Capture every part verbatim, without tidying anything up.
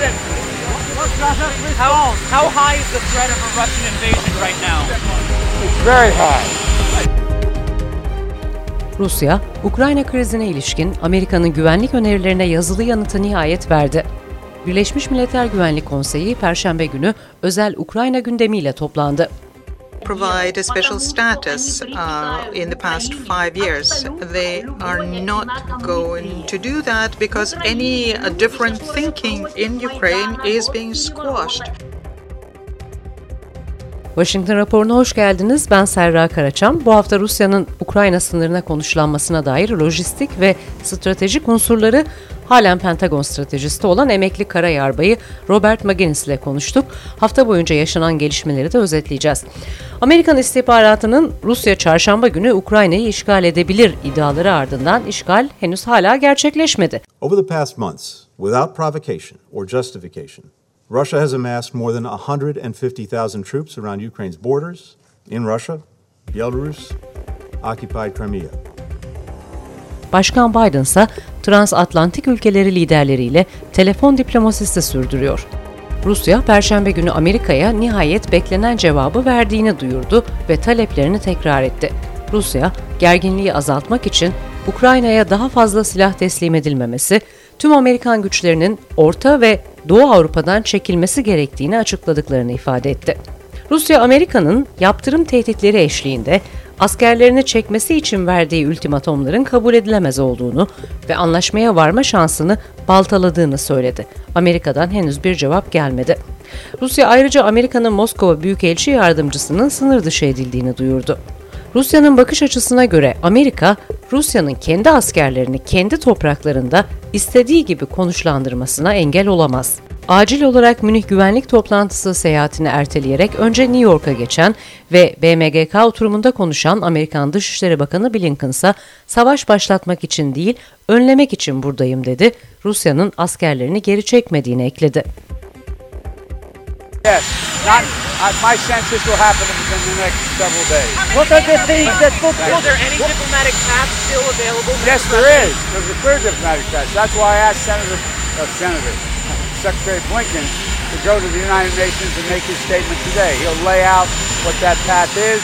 How, how high is the threat of a Russian invasion right now? It's very high. Rusya, Ukrayna krizine ilişkin Amerika'nın güvenlik önerilerine yazılı yanıtı nihayet verdi. Birleşmiş Milletler Güvenlik Konseyi Perşembe günü özel Ukrayna gündemiyle toplandı. Provide a special status uh, in the past five years. They are not going to do that because any uh, different thinking in Ukraine is being squashed. Washington raporuna hoş geldiniz. Ben Serra Karaçam. Bu hafta Rusya'nın Ukrayna sınırına konuşlanmasına dair lojistik ve stratejik unsurları halen Pentagon stratejisti olan emekli karayarbayı Robert Maginnis ile konuştuk. Hafta boyunca yaşanan gelişmeleri de özetleyeceğiz. Amerikan istihbaratının Rusya çarşamba günü Ukrayna'yı işgal edebilir iddiaları ardından işgal henüz hala gerçekleşmedi. Over the past months, without provocation or justification, Russia has amassed more than one hundred fifty thousand troops around Ukraine's borders, in Russia, Belarus, occupied Crimea. Başkan Biden ise transatlantik ülkeleri liderleriyle telefon diplomasisi sürdürüyor. Rusya, Perşembe günü Amerika'ya nihayet beklenen cevabı verdiğini duyurdu ve taleplerini tekrar etti. Rusya, gerginliği azaltmak için Ukrayna'ya daha fazla silah teslim edilmemesi, tüm Amerikan güçlerinin Orta ve Doğu Avrupa'dan çekilmesi gerektiğini açıkladıklarını ifade etti. Rusya, Amerika'nın yaptırım tehditleri eşliğinde askerlerini çekmesi için verdiği ultimatomların kabul edilemez olduğunu ve anlaşmaya varma şansını baltaladığını söyledi. Amerika'dan henüz bir cevap gelmedi. Rusya ayrıca Amerika'nın Moskova Büyükelçi Yardımcısının sınır dışı edildiğini duyurdu. Rusya'nın bakış açısına göre Amerika, Rusya'nın kendi askerlerini kendi topraklarında istediği gibi konuşlandırmasına engel olamaz. Acil olarak Münih Güvenlik Toplantısı seyahatini erteleyerek önce New York'a geçen ve B M G K oturumunda konuşan Amerikan Dışişleri Bakanı Blinken ise savaş başlatmak için değil, önlemek için buradayım dedi. Rusya'nın askerlerini geri çekmediğini ekledi. Yes, not, uh, my sense this will happen within the next several days. What are the things that will... Is there any diplomatic path still available? Yes, there is. There's a clear diplomatic path. That's why I asked Senator, uh, Senator, Secretary Blinken to go to the United Nations and make his statement today. He'll lay out what that path is.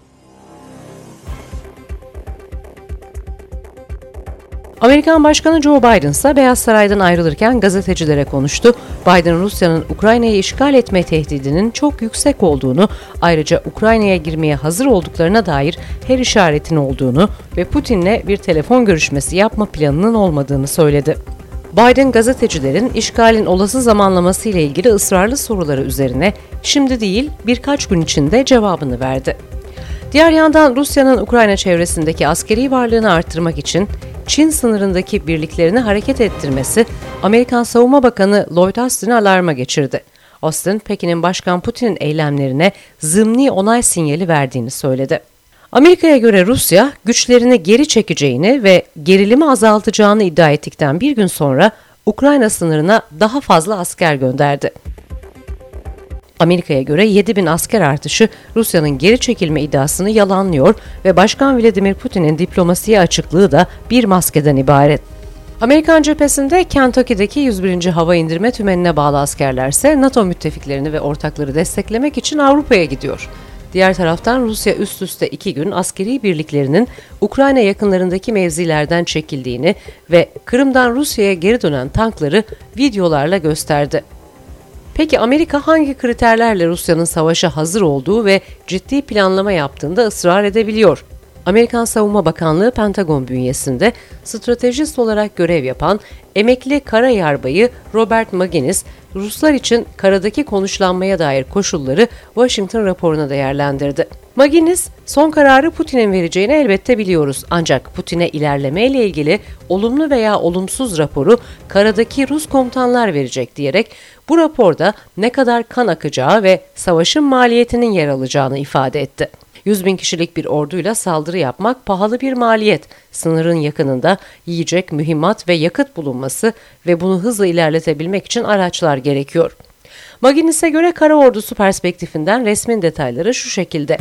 Amerikan Başkanı Joe Biden ise Beyaz Saray'dan ayrılırken gazetecilere konuştu. Biden, Rusya'nın Ukrayna'yı işgal etme tehdidinin çok yüksek olduğunu, ayrıca Ukrayna'ya girmeye hazır olduklarına dair her işaretin olduğunu ve Putin'le bir telefon görüşmesi yapma planının olmadığını söyledi. Biden, gazetecilerin işgalin olası zamanlaması ile ilgili ısrarlı soruları üzerine şimdi değil birkaç gün içinde cevabını verdi. Diğer yandan Rusya'nın Ukrayna çevresindeki askeri varlığını artırmak için Çin sınırındaki birliklerini hareket ettirmesi Amerikan Savunma Bakanı Lloyd Austin'i alarma geçirdi. Austin, Pekin'in Başkan Putin'in eylemlerine zımni onay sinyali verdiğini söyledi. Amerika'ya göre Rusya, güçlerini geri çekeceğini ve gerilimi azaltacağını iddia ettikten bir gün sonra Ukrayna sınırına daha fazla asker gönderdi. Amerika'ya göre yedi bin asker artışı Rusya'nın geri çekilme iddiasını yalanlıyor ve Başkan Vladimir Putin'in diplomasiye açıklığı da bir maskeden ibaret. Amerikan cephesinde Kentucky'deki yüz birinci Hava İndirme Tümeni'ne bağlı askerlerse NATO müttefiklerini ve ortakları desteklemek için Avrupa'ya gidiyor. Diğer taraftan Rusya üst üste iki gün askeri birliklerinin Ukrayna yakınlarındaki mevzilerden çekildiğini ve Kırım'dan Rusya'ya geri dönen tankları videolarla gösterdi. Peki Amerika hangi kriterlerle Rusya'nın savaşa hazır olduğu ve ciddi planlama yaptığında ısrar edebiliyor? Amerikan Savunma Bakanlığı Pentagon bünyesinde stratejist olarak görev yapan emekli karayarbayı Robert Maginnis, Ruslar için karadaki konuşlanmaya dair koşulları Washington raporuna değerlendirdi. Maginnis, son kararı Putin'in vereceğini elbette biliyoruz, ancak Putin'e ilerleme ile ilgili olumlu veya olumsuz raporu karadaki Rus komutanlar verecek diyerek bu raporda ne kadar kan akacağı ve savaşın maliyetinin yer alacağını ifade etti. yüz bin kişilik bir orduyla saldırı yapmak pahalı bir maliyet. Sınırın yakınında yiyecek, mühimmat ve yakıt bulunması ve bunu hızla ilerletebilmek için araçlar gerekiyor. Maginnis'e göre kara ordusu perspektifinden resmin detayları şu şekilde.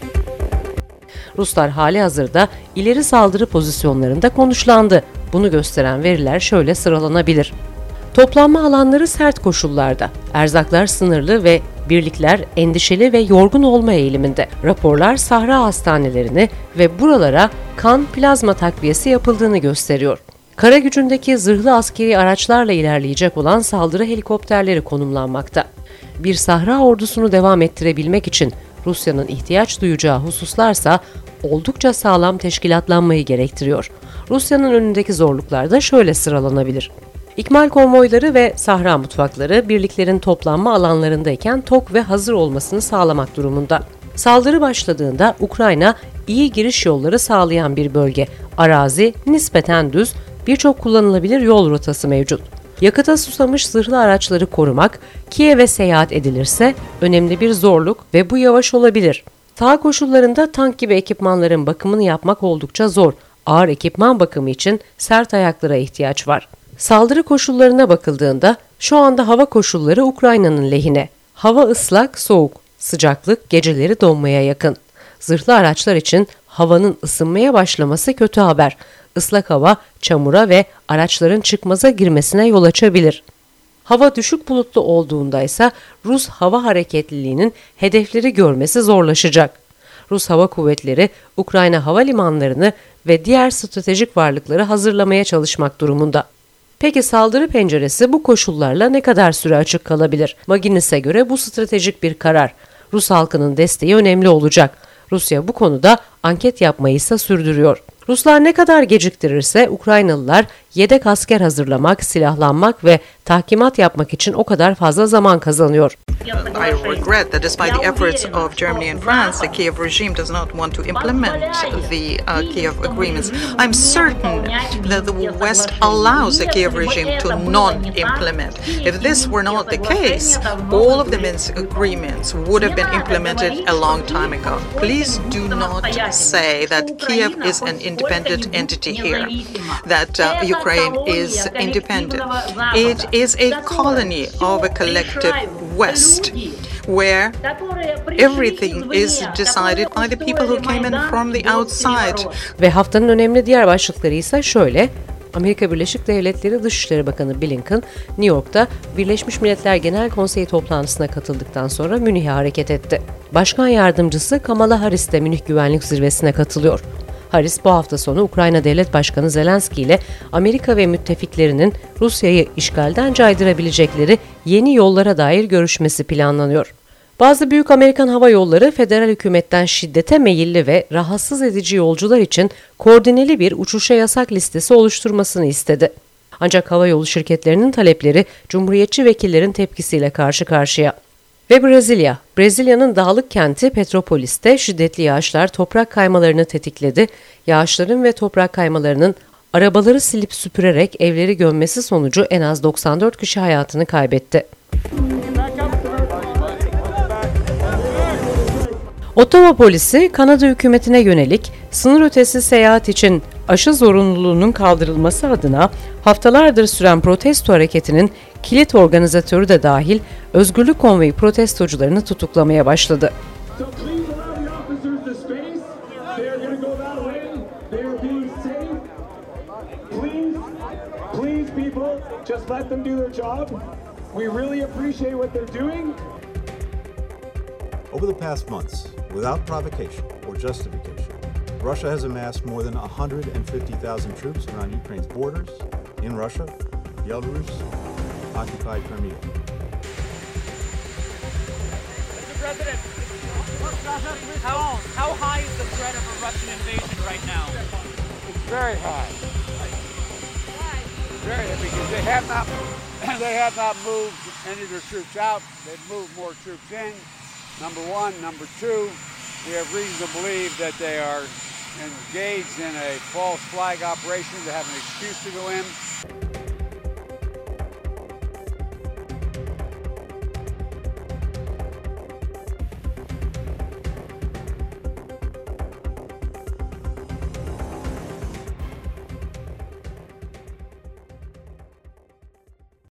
Ruslar hali hazırda ileri saldırı pozisyonlarında konuşlandı. Bunu gösteren veriler şöyle sıralanabilir. Toplanma alanları sert koşullarda, erzaklar sınırlı ve birlikler endişeli ve yorgun olma eğiliminde. Raporlar Sahra hastanelerini ve buralara kan plazma takviyesi yapıldığını gösteriyor. Kara gücündeki zırhlı askeri araçlarla ilerleyecek olan saldırı helikopterleri konumlanmakta. Bir Sahra ordusunu devam ettirebilmek için Rusya'nın ihtiyaç duyacağı hususlarsa oldukça sağlam teşkilatlanmayı gerektiriyor. Rusya'nın önündeki zorluklar da şöyle sıralanabilir. İkmal konvoyları ve Sahra mutfakları birliklerin toplanma alanlarındayken tok ve hazır olmasını sağlamak durumunda. Saldırı başladığında Ukrayna iyi giriş yolları sağlayan bir bölge. Arazi nispeten düz, birçok kullanılabilir yol rotası mevcut. Yakıta susamış zırhlı araçları korumak, Kiev'e seyahat edilirse önemli bir zorluk ve bu yavaş olabilir. Saha koşullarında tank gibi ekipmanların bakımını yapmak oldukça zor. Ağır ekipman bakımı için sert ayaklara ihtiyaç var. Saldırı koşullarına bakıldığında şu anda hava koşulları Ukrayna'nın lehine. Hava ıslak, soğuk, sıcaklık geceleri donmaya yakın. Zırhlı araçlar için havanın ısınmaya başlaması kötü haber. Islak hava çamura ve araçların çıkmaza girmesine yol açabilir. Hava düşük bulutlu olduğunda ise Rus hava hareketliliğinin hedefleri görmesi zorlaşacak. Rus Hava Kuvvetleri Ukrayna havalimanlarını ve diğer stratejik varlıkları hazırlamaya çalışmak durumunda. Peki saldırı penceresi bu koşullarla ne kadar süre açık kalabilir? Maginis'e göre bu stratejik bir karar. Rus halkının desteği önemli olacak. Rusya bu konuda anket yapmayı ise sürdürüyor. Ruslar ne kadar geciktirirse Ukraynalılar yedek asker hazırlamak, silahlanmak ve tahkimat yapmak için o kadar fazla zaman kazanıyor. I regret that despite the efforts of Germany and France, the Kiev regime does not want to implement the uh, Kiev agreements. I'm certain that the West allows the Kiev regime to non-implement. If this were not the case, all of the Minsk agreements would have been implemented a long time ago. Please do not say that Kiev is an independent entity here, that uh, Ukraine is independent. It is a colony of a collective West, where everything is decided by the people who came in from the outside. Ve haftanın önemli diğer başlıkları ise şöyle. Amerika Birleşik Devletleri Dışişleri Bakanı Blinken, New York'ta Birleşmiş Milletler Genel Konseyi toplantısına katıldıktan sonra Münih'e hareket etti. Başkan Yardımcısı Kamala Harris de Münih Güvenlik Zirvesi'ne katılıyor. Harris bu hafta sonu Ukrayna Devlet Başkanı Zelenski ile Amerika ve müttefiklerinin Rusya'yı işgalden caydırabilecekleri yeni yollara dair görüşmesi planlanıyor. Bazı büyük Amerikan hava yolları federal hükümetten şiddete meyilli ve rahatsız edici yolcular için koordineli bir uçuşa yasak listesi oluşturmasını istedi. Ancak havayolu şirketlerinin talepleri Cumhuriyetçi vekillerin tepkisiyle karşı karşıya. Ve Brezilya. Brezilya'nın dağlık kenti Petropolis'te şiddetli yağışlar toprak kaymalarını tetikledi. Yağışların ve toprak kaymalarının arabaları silip süpürerek evleri gömmesi sonucu en az doksan dört kişi hayatını kaybetti. Ottawa polisi Kanada hükümetine yönelik sınır ötesi seyahat için aşı zorunluluğunun kaldırılması adına haftalardır süren protesto hareketinin kilit organizatörü de dahil Özgürlük Konvoyu protestocularını tutuklamaya başladı. Over the past months, without provocation or justification, Russia has amassed more than one hundred fifty thousand troops around Ukraine's borders, in Russia, Belarus, occupied Crimea. Mister President, how, how high is the threat of a Russian invasion right now? It's very high. Very, because they have not, they have not moved any of their troops out. They've moved more troops in. Number one. Number two, we have reason to believe that they are engaged in a false flag operation to have an excuse to go in.